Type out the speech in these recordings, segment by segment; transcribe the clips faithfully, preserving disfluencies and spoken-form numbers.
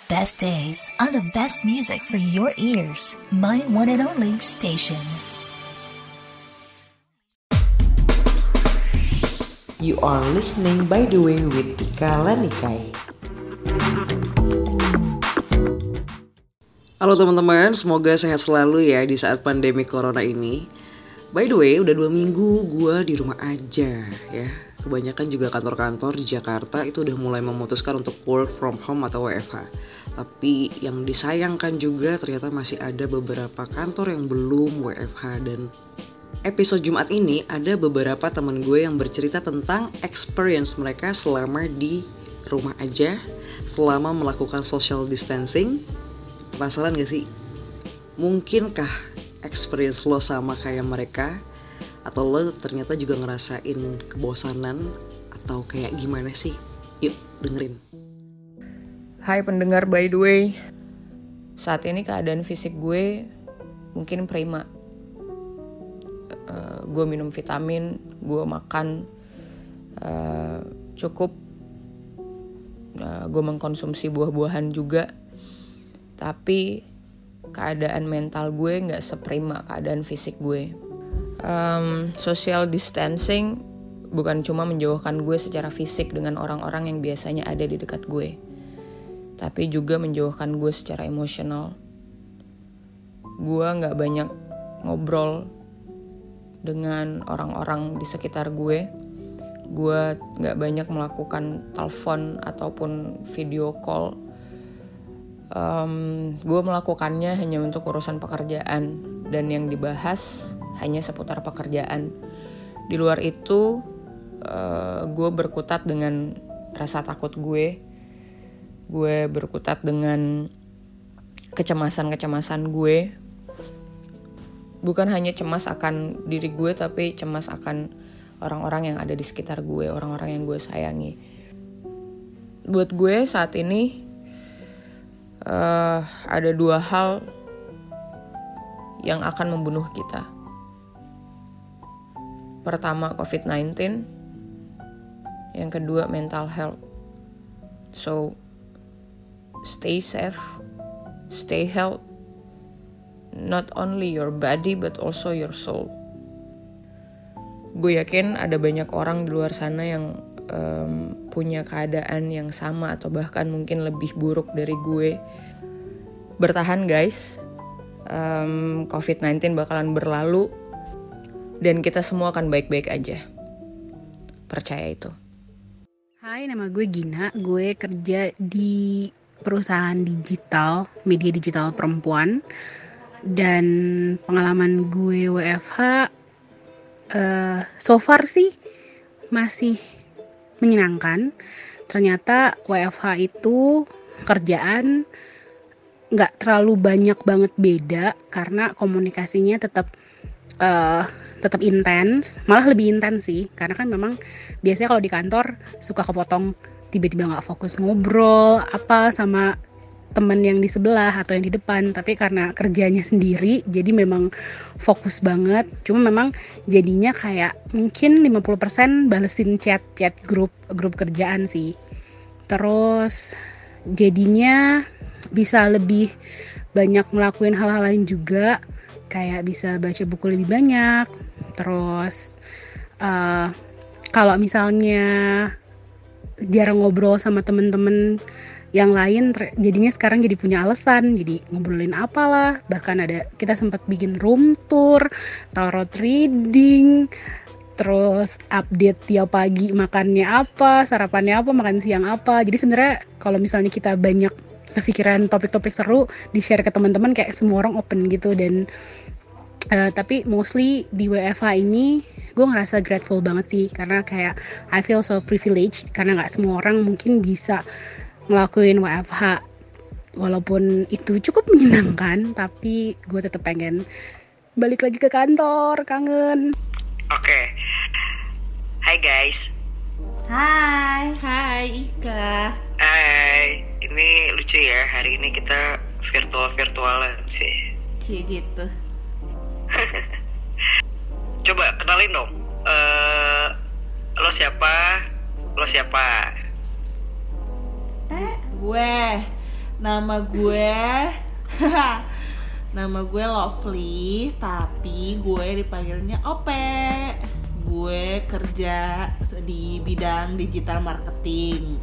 best days on the best music for your ears. My one and only station. You are listening By The Way with Tika Lanikai. Halo teman-teman, semoga sehat selalu ya di saat pandemi corona ini. By the way, udah dua minggu gue di rumah aja ya. Kebanyakan juga kantor-kantor di Jakarta itu udah mulai memutuskan untuk work from home atau W F H. Tapi yang disayangkan juga ternyata masih ada beberapa kantor yang belum W F H. Dan episode Jumat ini ada beberapa teman gue yang bercerita tentang experience mereka selama di rumah aja, selama melakukan social distancing. Penasaran gak sih? Mungkinkah experience lo sama kayak mereka? Atau lo ternyata juga ngerasain kebosanan atau kayak gimana sih? Yuk dengerin. Hai pendengar By The Way. Saat ini keadaan fisik gue mungkin prima. uh, Gue minum vitamin, gue makan uh, cukup, uh, gue mengkonsumsi buah-buahan juga. Tapi keadaan mental gue gak seprima keadaan fisik gue. Um, social distancing bukan cuma menjauhkan gue secara fisik dengan orang-orang yang biasanya ada di dekat gue, tapi juga menjauhkan gue secara emosional. Gue gak banyak ngobrol dengan orang-orang di sekitar gue. Gue gak banyak melakukan telepon ataupun video call. um, Gue melakukannya hanya untuk urusan pekerjaan, dan yang dibahas hanya seputar pekerjaan. Di luar itu, uh, gue berkutat dengan rasa takut gue. Gue berkutat dengan kecemasan-kecemasan gue. Bukan hanya cemas akan diri gue, tapi cemas akan orang-orang yang ada di sekitar gue, orang-orang yang gue sayangi. Buat gue saat ini, uh, ada dua hal yang akan membunuh kita. Pertama covid sembilan belas, yang kedua mental health. So, stay safe, stay healthy, not only your body but also your soul. Gue yakin ada banyak orang di luar sana yang um, punya keadaan yang sama atau bahkan mungkin lebih buruk dari gue. Bertahan guys, um, covid sembilan belas bakalan berlalu. Dan kita semua akan baik-baik aja. Percaya itu. Hai, nama gue Gina. Gue kerja di perusahaan digital, media digital perempuan. Dan pengalaman gue W F H uh, so far sih masih menyenangkan. Ternyata W F H itu kerjaan gak terlalu banyak banget beda, karena komunikasinya tetap uh, tetap intens, malah lebih intens sih, karena kan memang biasanya kalau di kantor suka kepotong, tiba-tiba nggak fokus ngobrol apa sama teman yang di sebelah atau yang di depan. Tapi karena kerjanya sendiri, jadi memang fokus banget. Cuma memang jadinya kayak mungkin lima puluh persen balesin chat-chat grup grup kerjaan sih. Terus jadinya bisa lebih banyak ngelakuin hal-hal lain juga, kayak bisa baca buku lebih banyak. Terus uh, kalau misalnya jarang ngobrol sama temen-temen yang lain, jadinya sekarang jadi punya alasan, jadi ngobrolin apalah. Bahkan ada, kita sempat bikin room tour, tarot reading, terus update tiap pagi makannya apa, sarapannya apa, makan siang apa. Jadi sebenarnya kalau misalnya kita banyak kepikiran topik-topik seru, di-share ke teman-teman, kayak semua orang open gitu. Dan Uh, tapi mostly di W F H ini gue ngerasa grateful banget sih, karena kayak I feel so privileged, karena nggak semua orang mungkin bisa ngelakuin W F H. Walaupun itu cukup menyenangkan, tapi gue tetap pengen balik lagi ke kantor, kangen. Oke, okay. Hai guys. Hai. Hai Ika. Hai, ini lucu ya, hari ini kita virtual-virtualan sih. Cie gitu. Coba kenalin dong, uh, lo siapa? Lo siapa? Eh, gue Nama gue Nama gue Lovely, tapi gue dipanggilnya Ope. Gue kerja di bidang digital marketing.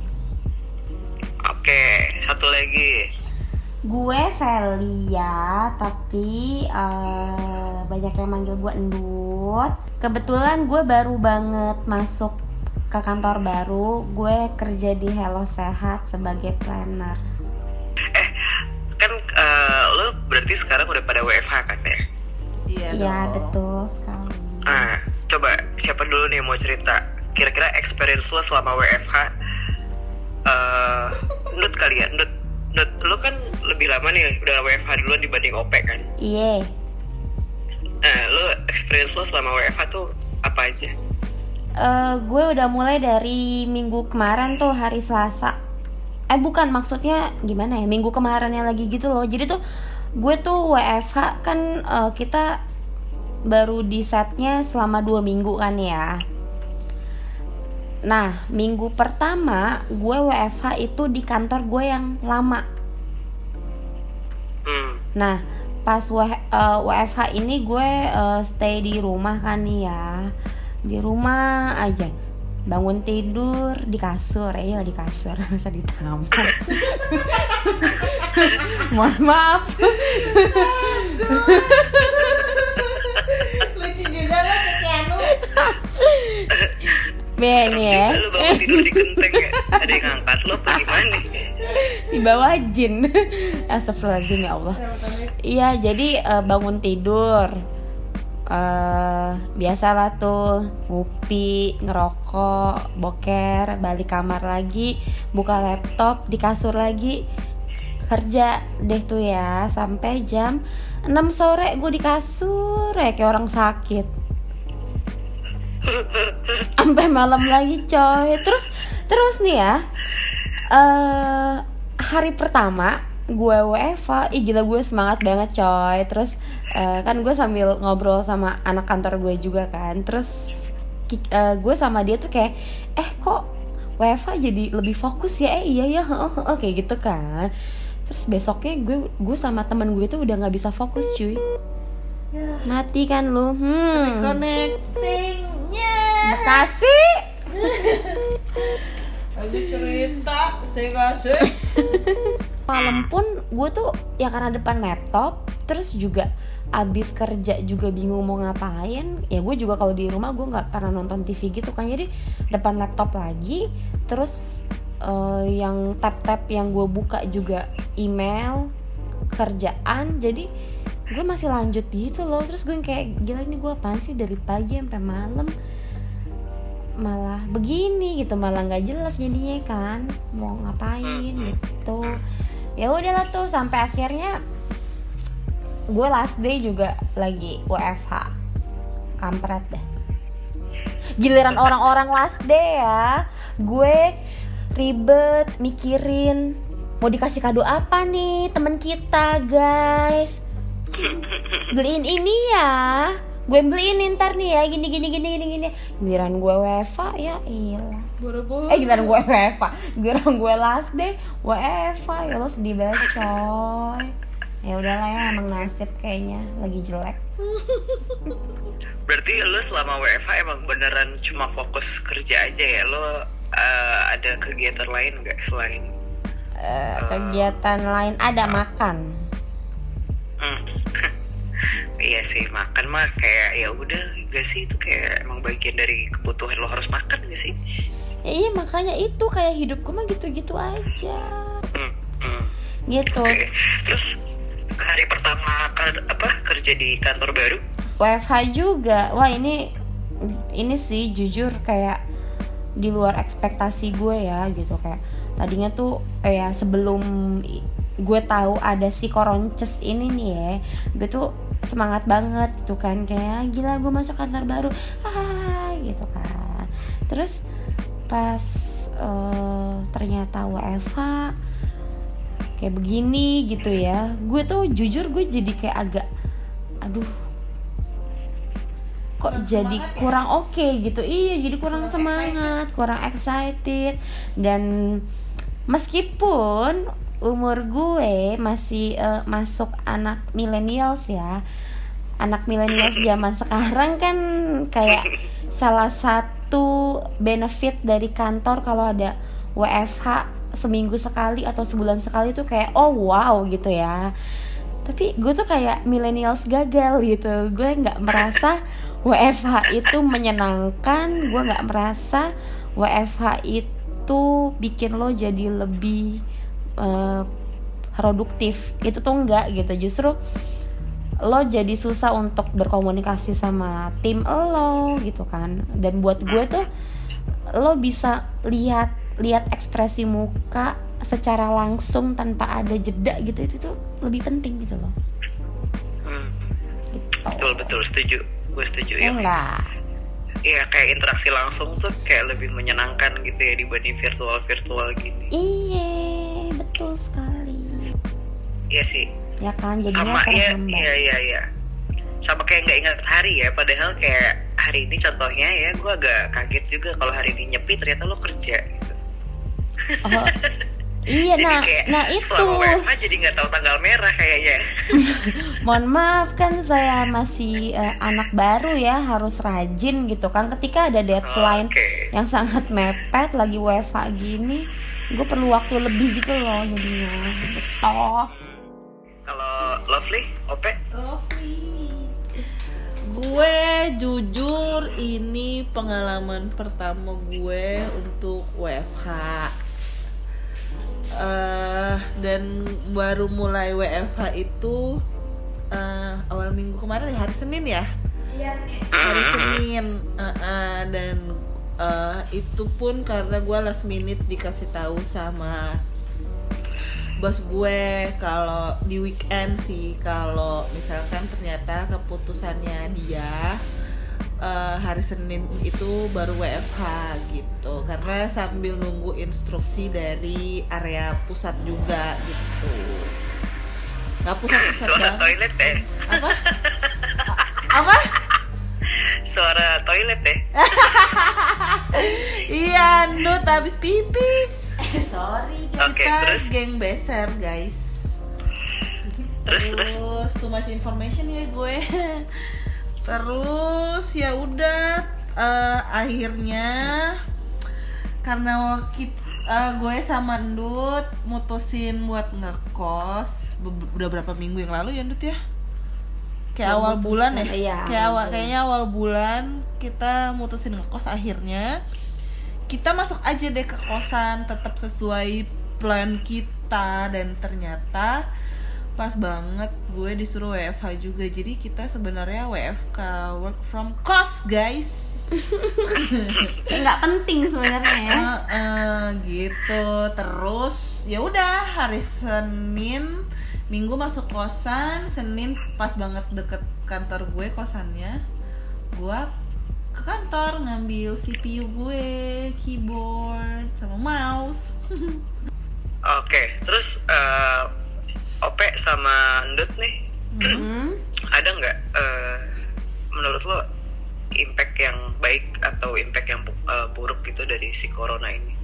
Oke, satu lagi. Gue Velia, tapi uh, banyak yang manggil gue Endut. Kebetulan gue baru banget masuk ke kantor baru. Gue kerja di Hello Sehat sebagai planner. Eh, kan uh, lo berarti sekarang udah pada W F H kan ya? Iya Iya dong. betul sekali. Ah, coba siapa dulu nih mau cerita? Kira-kira experience lo selama W F H? Uh, Nut kali ya, Nut. Nut, lo kan lebih lama nih udah W F H duluan dibanding Ope kan? Iya. Nah, lo experience lo selama W F H tuh apa aja? Uh, gue udah mulai dari minggu kemarin tuh hari Selasa. Eh bukan, maksudnya gimana ya? Minggu kemarinnya lagi gitu loh. Jadi tuh gue tuh W F H kan uh, kita baru di setnya selama dua minggu kan ya. Nah, minggu pertama gue W F H itu di kantor gue yang lama. Hmm. Nah, pas w, uh, W F H ini gue uh, stay di rumah kan nih ya. Di rumah aja. Bangun tidur di kasur, ya di kasur, masa di taman. Mohon maaf. Lucu juga lo kayak Anu. Ben ya. Lu bangun tidur di genteng ya? Ada yang ngangkat lo apa gimana? Di bawah jin. Astagfirullahaladzim ya Allah. Iya, jadi uh, bangun tidur uh, biasalah tuh ngopi, ngerokok, boker, balik kamar lagi, buka laptop, di kasur lagi, kerja deh tuh ya sampai jam enam sore gue di kasur ya kayak orang sakit. Sampai malam lagi coy. Terus terus nih ya, uh, hari pertama gue W F H, ih gila gue semangat banget coy. Terus uh, kan gue sambil ngobrol sama anak kantor gue juga kan. Terus uh, gue sama dia tuh kayak, eh kok W F H jadi lebih fokus ya? Eh iya ya, oh, oh, kayak gitu kan. Terus besoknya gue gue sama teman gue tuh udah nggak bisa fokus cuy. Mati kan lu. Hmm. Connectingnya. Makasih. Lagi cerita, saya kasih. Malam pun gue tuh ya karena depan laptop, terus juga abis kerja juga bingung mau ngapain. Ya gue juga kalau di rumah gue nggak pernah nonton T V gitu kan, jadi depan laptop lagi. Terus uh, yang tab-tab yang gue buka juga email kerjaan, jadi gue masih lanjut gitu loh. Terus gue kayak gila, ini gue apaan sih dari pagi sampai malam malah begini gitu, malah nggak jelas jadinya kan mau ngapain gitu. Ya udahlah tuh sampai akhirnya gue last day juga lagi W F H. Kampret dah. Giliran orang-orang last day ya, gue ribet mikirin mau dikasih kado apa nih temen kita guys. Beliin ini ya, gue beliin ntar nih ya, gini gini gini gini gini. Giliran gue W F H ya iyalah. Eh giliran gue W F H, giliran gue last day W F H, ya lo sedih banget coy. Ya udahlah ya, emang nasib kayaknya lagi jelek. Berarti lo selama W F H emang beneran cuma fokus kerja aja ya? Lo uh, ada kegiatan lain nggak selain? Uh, kegiatan uh, lain ada makan. Hmm. Iya sih, makan mah kayak ya udah gak sih, itu kayak emang bagian dari kebutuhan lo harus makan gak sih? Ya, iya makanya itu kayak hidupku mah gitu-gitu aja. Hmm, hmm. Gitu. Okay. Terus hari pertama apa kerja di kantor baru? W F H juga. Wah ini ini sih jujur kayak di luar ekspektasi gue ya gitu. Kayak tadinya tuh kayak sebelum gue tahu ada si Koronces ini nih ya, gue tuh semangat banget gitu kan, kayak gila gue masuk kantor baru, ah gitu kan. Terus pas uh, ternyata W F H kayak begini gitu ya, gue tuh jujur gue jadi kayak agak aduh kok kurang jadi kurang ya? Oke okay, gitu. Iya jadi kurang, kurang semangat excited. Kurang excited. Dan meskipun umur gue masih uh, masuk anak millennials ya. Anak millennials zaman sekarang kan kayak salah satu benefit dari kantor kalau ada W F H seminggu sekali atau sebulan sekali tuh kayak oh wow gitu ya. Tapi gue tuh kayak millennials gagal gitu. Gue nggak merasa W F H itu menyenangkan. Gue nggak merasa W F H itu bikin lo jadi lebih uh, produktif. Itu tuh enggak gitu. Justru lo jadi susah untuk berkomunikasi sama tim lo gitu kan. Dan buat gue tuh lo bisa lihat lihat ekspresi muka secara langsung tanpa ada jeda gitu, itu tuh lebih penting gitu loh. Hmm. Gitu. Betul betul setuju, gue setuju ya. Enggak. Iya kayak interaksi langsung tuh kayak lebih menyenangkan gitu ya dibanding virtual virtual gini. Iya betul sekali. Iya sih. Ya kan jadinya Sama ya, terhambat. iya iya iya. Sama kayak nggak ingat hari ya, padahal kayak hari ini contohnya ya gue agak kaget juga kalau hari ini nyepi ternyata lo kerja gitu. Oh iya. Jadi nah kayak nah itu selama W F H jadi nggak tahu tanggal merah kayaknya. mohon maaf kan saya masih uh, anak baru ya, harus rajin gitu kan. Ketika ada deadline Oke. yang sangat mepet lagi W F H gini, gue perlu waktu lebih gitu loh jadinya. Betul. Kalau Lovely, Ope? Lovely. Gue jujur ini pengalaman pertama gue untuk W F H. Uh, dan baru mulai W F H itu uh, awal minggu kemarin ya, hari Senin ya? Iya Senin. Hari Senin. Uh, uh, dan uh, itu pun karena gue last minute dikasih tahu sama bos gue kalau di weekend sih, kalau misalkan ternyata keputusannya dia uh, hari Senin itu baru W F H gitu, karena sambil nunggu instruksi dari area pusat juga gitu. Nggak pusat-pusat Suara banget. toilet deh. Apa? Apa? Suara toilet deh. Iya, Nut habis pipis. Sorry. Oke, Kita terus geng beser guys. terus terus. too much information ya gue. Terus ya udah uh, akhirnya karena kita, uh, gue sama Ndut mutusin buat ngekos be- udah berapa minggu yang lalu ya Ndut ya? Kayak awal bulan ya? Iya, Kayak awal awal kayaknya awal bulan kita mutusin ngekos, akhirnya kita masuk aja deh ke kosan tetap sesuai plan kita, dan ternyata pas banget gue disuruh W F H juga. Jadi kita sebenarnya W F K, work from kos guys. Kayak nggak penting sebenarnya ya. Uh, uh, gitu. Terus ya udah hari Senin Minggu masuk kosan, Senin pas banget deket kantor gue kosannya, gue ke kantor ngambil C P U gue, keyboard sama mouse. Oke, terus uh, Ope sama Ndut nih, Hmm. ada nggak uh, menurut lo impact yang baik atau impact yang uh, buruk gitu dari si corona ini?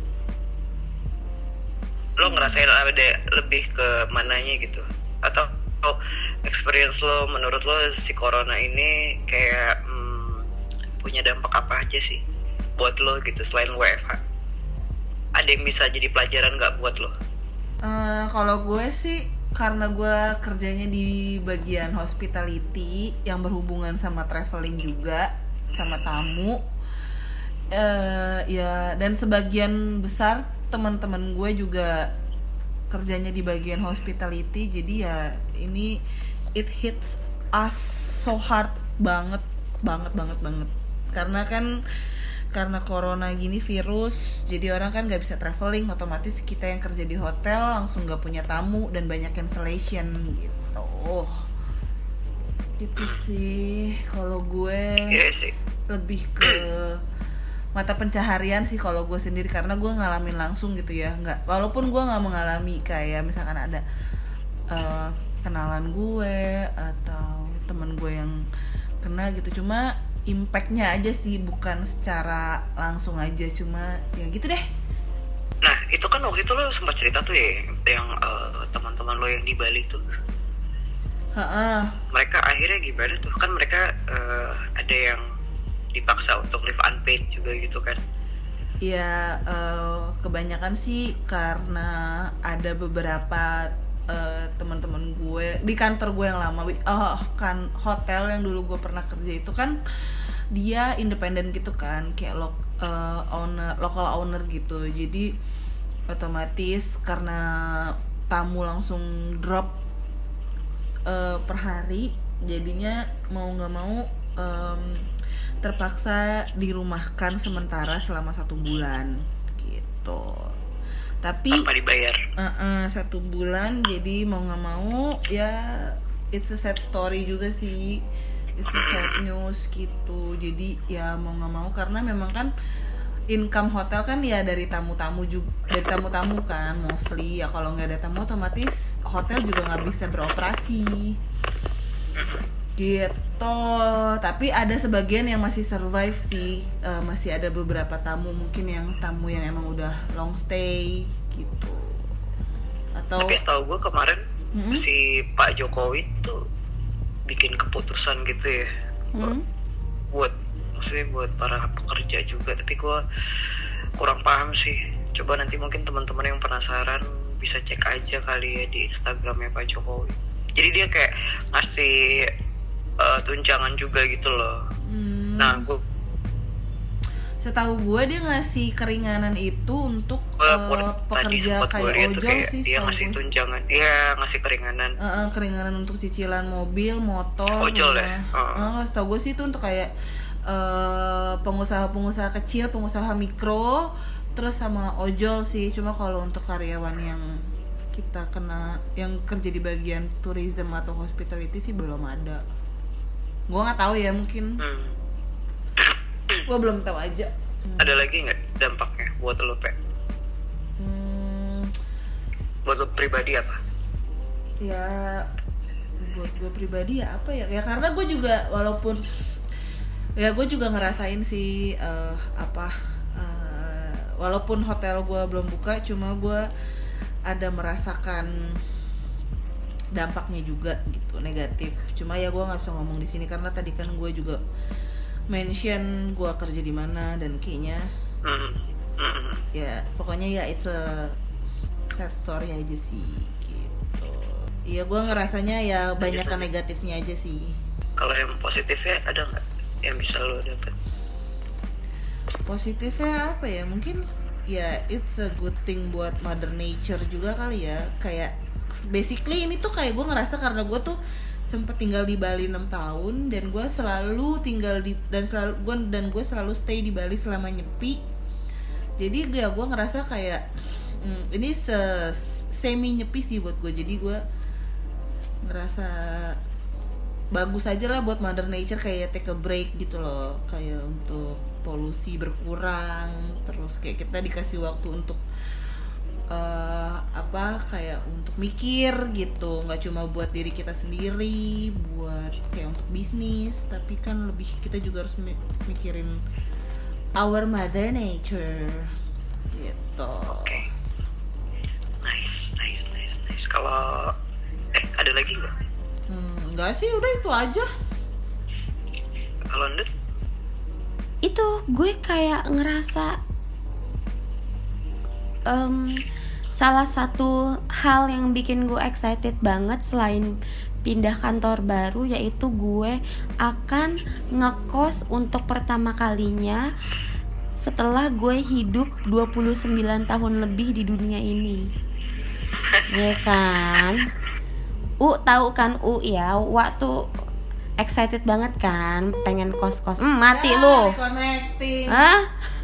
Lo ngerasain ada lebih ke mananya gitu? Atau oh, experience lo, menurut lo si corona ini kayak hmm, punya dampak apa aja sih buat lo gitu selain W F H? Ada yang bisa jadi pelajaran nggak buat lo? Uh, kalau gue sih karena gue kerjanya di bagian hospitality yang berhubungan sama traveling juga, sama tamu, uh, ya, dan sebagian besar teman-teman gue juga kerjanya di bagian hospitality. Jadi ya ini it hits us so hard banget banget banget banget karena kan karena corona gini virus, jadi orang kan nggak bisa traveling, otomatis kita yang kerja di hotel langsung nggak punya tamu dan banyak cancellation gitu. Oh, itu sih kalau gue Iya sih. lebih ke mata pencaharian sih kalau gue sendiri, karena gue ngalamin langsung gitu ya. Nggak, walaupun gue nggak mengalami kayak misalkan ada uh, kenalan gue atau temen gue yang kena gitu, cuma impactnya aja sih, bukan secara langsung aja, cuma ya gitu deh. Nah itu kan waktu itu lo sempat cerita tuh ya, yang uh, teman-teman lo yang di Bali tuh. Ha-ha. Mereka akhirnya gimana tuh? Kan mereka uh, ada yang dipaksa untuk leave unpaid juga gitu kan? Ya uh, kebanyakan sih karena ada beberapa uh, teman-teman gue di kantor gue yang lama, oh kan hotel yang dulu gue pernah kerja itu kan dia independen gitu kan, kayak lo, uh, owner local owner gitu. Jadi otomatis karena tamu langsung drop uh, per hari, jadinya mau nggak mau um, terpaksa dirumahkan sementara selama satu bulan gitu. Tapi tanpa dibayar. Uh-uh, satu bulan, jadi mau nggak mau ya it's a sad story juga sih, it's a sad news gitu. Jadi ya mau nggak mau karena memang kan income hotel kan ya dari tamu-tamu juga, dari tamu-tamu kan mostly ya. Kalau nggak ada tamu otomatis hotel juga nggak bisa beroperasi gitu. Tapi ada sebagian yang masih survive sih, uh, masih ada beberapa tamu mungkin yang tamu yang emang udah long stay gitu. Atau tapi setahu gue kemarin mm-hmm. si Pak Jokowi tuh bikin keputusan gitu ya, mm-hmm. buat maksudnya buat para pekerja juga. Tapi gue kurang paham sih. Coba nanti mungkin teman-teman yang penasaran bisa cek aja kali ya di Instagramnya Pak Jokowi. Jadi dia kayak ngasih uh, tunjangan juga gitu loh. Hmm. Nah, gue setahu gue dia ngasih keringanan itu untuk uh, uh, pekerja kayak ojol kayak sih. Dia ngasih gue. tunjangan, iya ngasih keringanan. Uh, uh, keringanan untuk cicilan mobil, motor. Ojol ya. Uh. Uh, setahu gue sih itu untuk kayak uh, pengusaha-pengusaha kecil, pengusaha mikro, terus sama ojol sih. Cuma kalau untuk karyawan yang kita kena yang kerja di bagian tourism atau hospitality sih belum ada. Gue nggak tahu ya, mungkin hmm. gue belum tahu aja. Hmm. Ada lagi nggak dampaknya buat lo, Pe? Hmm. Buat lo pribadi apa? Ya buat gue pribadi ya apa ya? Ya karena gue juga walaupun ya gue juga ngerasain sih uh, apa uh, walaupun hotel gue belum buka, cuma gue ada merasakan dampaknya juga gitu, negatif. Cuma ya gue nggak bisa ngomong di sini karena tadi kan gue juga mention gue kerja di mana dan kayaknya mm. Mm. ya pokoknya ya it's a sad story aja sih gitu. Iya gue ngerasanya ya banyakan negatifnya aja sih. Kalau yang positifnya ada nggak yang bisa lo dapet? Positifnya apa ya? Mungkin ya it's a good thing buat mother nature juga kali ya. Kayak basically ini tuh kayak gue ngerasa karena gue tuh sempet tinggal di Bali enam tahun dan gue selalu tinggal di dan selalu gue dan gue selalu stay di Bali selama nyepi. Jadi ya gue ngerasa kayak hmm, ini se semi nyepi sih buat gue. Jadi gue ngerasa bagus aja lah buat mother nature, kayak take a break gitu loh, kayak untuk polusi berkurang, terus kayak kita dikasih waktu untuk uh, apa kayak untuk mikir gitu, nggak cuma buat diri kita sendiri, buat kayak untuk bisnis, tapi kan lebih kita juga harus mikirin our mother nature gitu. Oke, okay. nice, nice, nice, nice. Kalau eh ada lagi nggak? Hmm, nggak sih, udah itu aja. Kalau Ndut? Itu gue kayak ngerasa um, salah satu hal yang bikin gue excited banget selain pindah kantor baru, yaitu gue akan ngekos untuk pertama kalinya setelah gue hidup dua puluh sembilan tahun lebih di dunia ini. Ya kan? U tahu kan U ya, waktu excited banget kan, pengen kos-kos. Hmm, mati ya, lu. Connecting. Hah?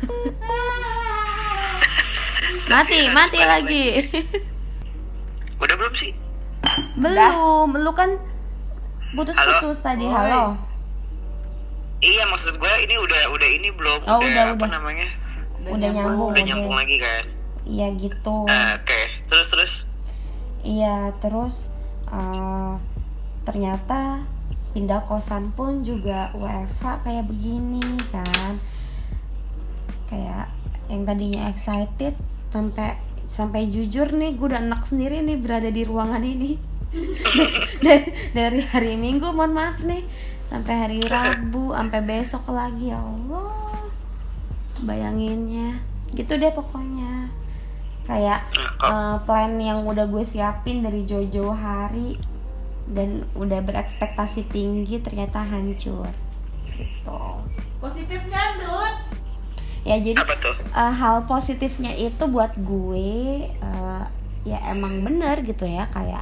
mati, mati lagi. Udah belum sih? Belum, lu kan putus-putus tadi. Oi. Halo. Iya, maksud gue ini udah udah ini belum Oh, udah, udah, apa udah. namanya? Udah, udah nyambung. Udah nyambung lagi kan? Iya gitu. Nah, oke, okay. terus terus. Iya, terus uh, ternyata pindah kosan pun juga W F H kayak begini kan. Kayak yang tadinya excited sampai sampai jujur nih gue udah enak sendiri nih berada di ruangan ini. dari, dari hari Minggu mohon maaf nih sampai hari Rabu sampai besok lagi, ya Allah bayanginnya gitu deh pokoknya. Kayak uh, plan yang udah gue siapin dari jauh-jauh hari dan udah berekspektasi tinggi ternyata hancur gitu. Positifnya Dut? Ya jadi uh, hal positifnya itu buat gue uh, ya emang bener gitu ya, kayak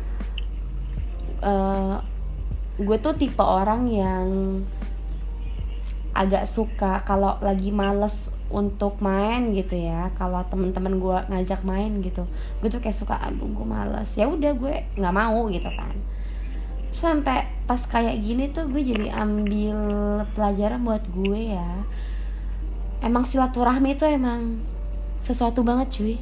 uh, gue tuh tipe orang yang agak suka kalau lagi males untuk main gitu ya, kalau temen-temen gue ngajak main gitu, gue tuh kayak suka aduh gue males, ya udah gue nggak mau gitu kan. Sampai pas kayak gini tuh gue jadi ambil pelajaran buat gue ya, emang silaturahmi itu emang sesuatu banget cuy.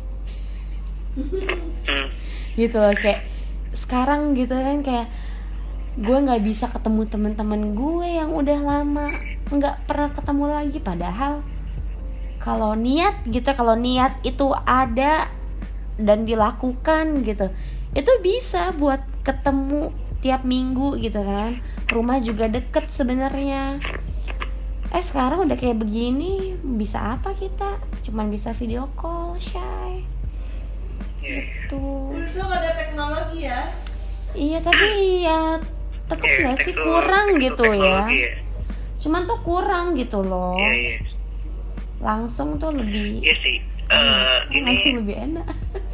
Gitu loh, kayak sekarang gitu kan kayak gue nggak bisa ketemu teman-teman gue yang udah lama nggak pernah ketemu lagi, padahal kalau niat gitu, kalau niat itu ada dan dilakukan gitu, itu bisa buat ketemu tiap minggu gitu kan, rumah juga deket sebenarnya. Eh sekarang udah kayak begini, bisa apa kita? Cuman bisa video call, Shay. Gitu. Itu gak ada teknologi ya? Iya tapi ya tetap yeah, nggak sih tekstu- kurang tekstu gitu ya. teknologi ya. Cuman tuh kurang gitu loh. Iya, iya. Langsung tuh lebih. Iya sih. Eh, ini langsung lebih enak.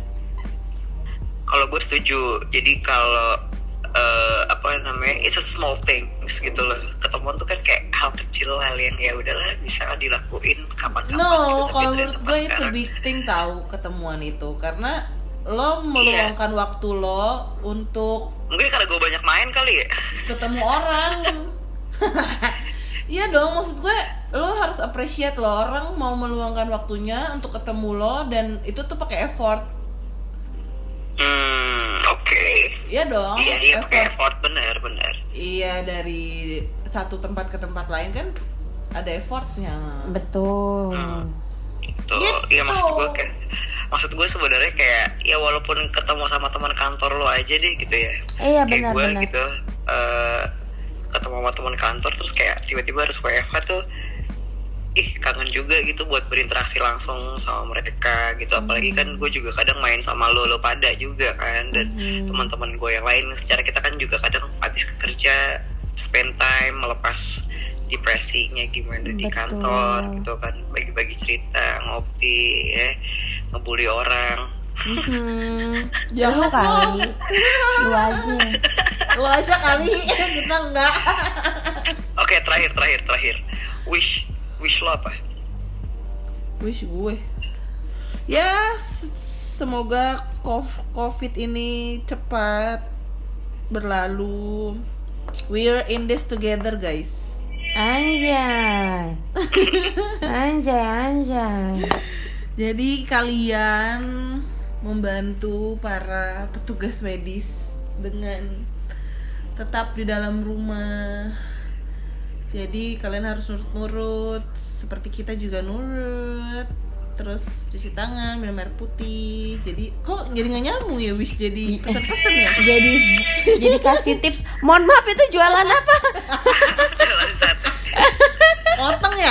kalau gue setuju. Jadi kalau eh, apa namanya, it's a small things gitu loh. Ketemuan tuh kan kayak hal kecil, hal yang ya udahlah bisa dilakuin kapan-kapan. No, gitu. Tapi kalau ternyata menurut pas gue it's a sekarang, big thing tahu ketemuan itu, karena lo meluangkan Iya. waktu lo untuk mungkin karena gue banyak main kali ya. ketemu orang. Iya dong, maksud gue lo harus appreciate lo, orang mau meluangkan waktunya untuk ketemu lo dan itu tuh pakai effort. Hmm, oke. Okay. Iya dong, Iya, iya pakai effort. effort, benar, benar. Iya, dari satu tempat ke tempat lain kan ada effortnya. Betul. Hmm. Gitu. Gitu. Iya, maksud gue kayak maksud gue sebenarnya kayak ya walaupun ketemu sama teman kantor lo aja deh gitu ya. Iya Kayak benar gue benar. gitu eh, ketemu sama teman kantor terus kayak tiba-tiba harus W F H tuh, ih kangen juga gitu buat berinteraksi langsung sama mereka gitu. Apalagi kan gue juga kadang main sama lo lo pada juga kan, dan Mhm. teman-teman gue yang lain. Secara kita kan juga kadang habis kerja spend time melepas depresinya gimana di Betul. kantor gitu kan, bagi-bagi cerita, ngopi ya, ngebully orang. Mhm. Jahat Lu lo. kali. Lu aja. Lo aja kali, kita enggak. Oke, terakhir terakhir terakhir wish wish lo apa? Wish gue ya s- semoga kov- covid ini cepat berlalu. We're in this together guys. Anjay. Anjay, anjay. Jadi kalian membantu para petugas medis dengan tetap di dalam rumah. Jadi kalian harus nurut-nurut, seperti kita juga nurut. Terus cuci tangan, minum air putih. Jadi kok jadi nggak nyambung ya Wish jadi pesan-pesan ya? Jadi jadi kasih tips. Mohon maaf itu jualan apa? Jalan satu. Potong ya?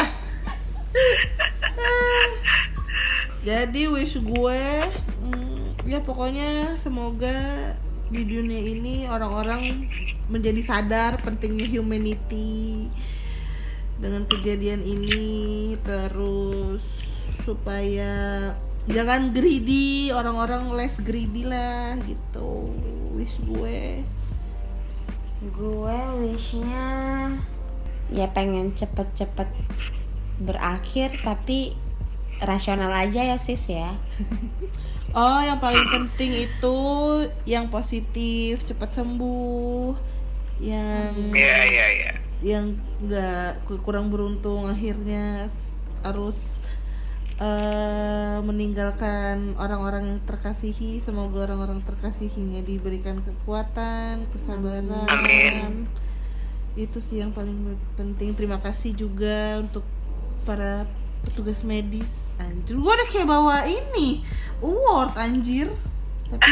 Jadi wish gue hmm, ya pokoknya semoga di dunia ini orang-orang menjadi sadar pentingnya humanity dengan kejadian ini, terus supaya jangan greedy, orang-orang less greedy lah gitu. Wish gue. Gue wishnya ya pengen cepet-cepet berakhir tapi rasional aja ya sis ya. Oh, yang paling penting itu yang positif, cepat sembuh. Yang Iya iya iya. yang nggak kurang beruntung akhirnya harus uh, meninggalkan orang-orang yang terkasihi. Semoga orang-orang terkasihinya diberikan kekuatan, kesabaran. Amin. Itu sih yang paling penting. Terima kasih juga untuk para petugas medis. Anjir, gue udah kayak bawa ini award anjir. Tapi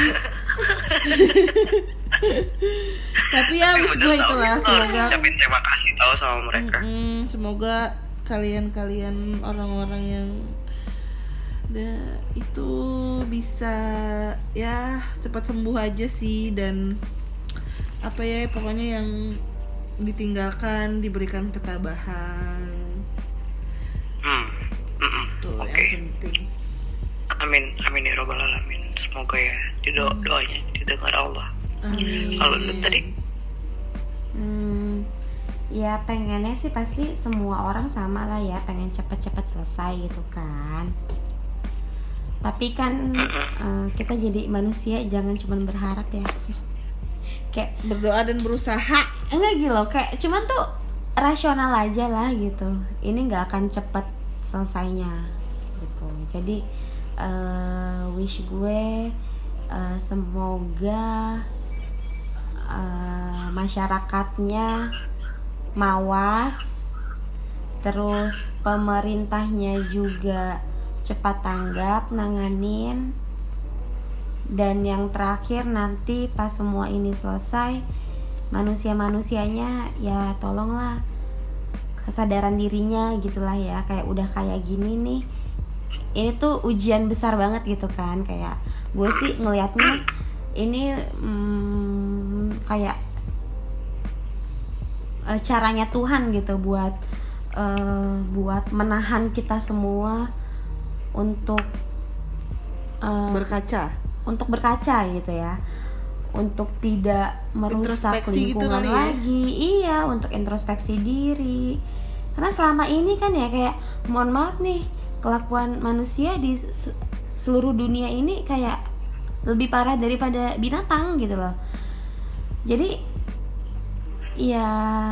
tapi ya wish gue itulah, semoga ucapin terima kasih tahu sama mereka. Mm-mm, semoga kalian-kalian orang-orang yang da, itu bisa ya cepat sembuh aja sih, dan apa ya pokoknya yang ditinggalkan diberikan ketabahan. Hmm. Tuh Oke. yang penting. Amin, amin ya robbal alamin. Semoga ya dido doanya didengar Allah. Amin. Kalau lu tadi Hmm, ya pengennya sih pasti semua orang sama lah ya, pengen cepet-cepet selesai gitu kan. Tapi kan uh, kita jadi manusia jangan cuma berharap ya. Kayak Berdoa dan berusaha. enggak gitu loh, kayak cuman tuh rasional aja lah gitu. Ini nggak akan cepet selesainya gitu. Jadi uh, wish gue uh, semoga uh, masyarakatnya mawas, terus pemerintahnya juga cepat tanggap nanganin, dan yang terakhir nanti pas semua ini selesai, manusia-manusianya ya tolonglah kesadaran dirinya gitulah ya, kayak udah kayak gini nih, ini tuh ujian besar banget gitu kan. Kayak gue sih ngelihatnya ini hmm, kayak uh, caranya Tuhan gitu buat uh, buat menahan kita semua untuk uh, Berkaca. untuk berkaca gitu ya, untuk tidak merusak Introspeksi gitu lingkungan kali ya? lagi. Iya, untuk introspeksi diri. Karena selama ini kan ya kayak mohon maaf nih, kelakuan manusia di se- seluruh dunia ini kayak lebih parah daripada binatang gitu loh. Jadi ya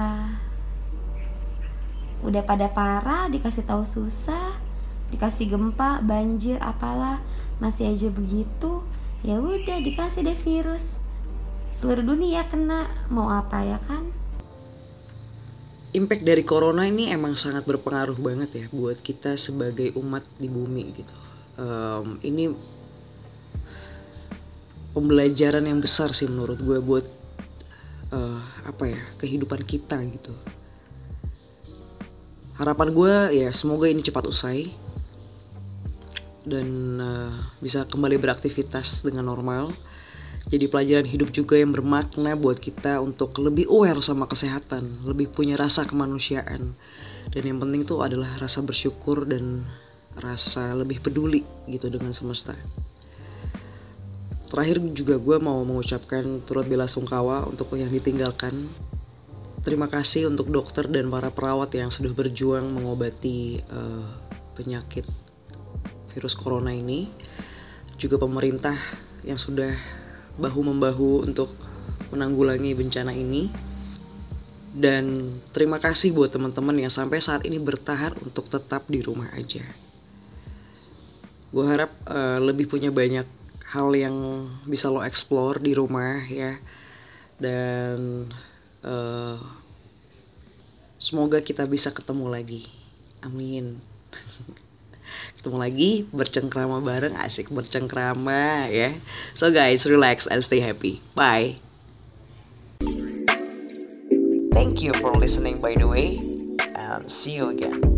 udah pada parah, dikasih tahu susah, dikasih gempa, banjir, apalah masih aja begitu. Ya udah dikasih deh virus, seluruh dunia kena, mau apa ya kan. Impact dari corona ini emang sangat berpengaruh banget ya buat kita sebagai umat di bumi gitu. Um, ini pembelajaran yang besar sih menurut gue buat uh, apa ya kehidupan kita gitu. Harapan gue ya semoga ini cepat usai dan uh, bisa kembali beraktivitas dengan normal. Jadi pelajaran hidup juga yang bermakna buat kita untuk lebih aware sama kesehatan, lebih punya rasa kemanusiaan. Dan yang penting tuh adalah rasa bersyukur dan rasa lebih peduli gitu dengan semesta. Terakhir juga gue mau mengucapkan turut bela sungkawa untuk yang ditinggalkan. Terima kasih untuk dokter dan para perawat yang sudah berjuang mengobati uh, penyakit virus corona ini, juga pemerintah yang sudah bahu-membahu untuk menanggulangi bencana ini, dan terima kasih buat teman-teman yang sampai saat ini bertahan untuk tetap di rumah aja. Gue harap uh, lebih punya banyak hal yang bisa lo explore di rumah ya, dan uh, semoga kita bisa ketemu lagi, amin. Ketemu lagi, bercengkrama bareng, asik bercengkrama ya. So guys, relax and stay happy. Bye. Thank you for listening by the way, and see you again.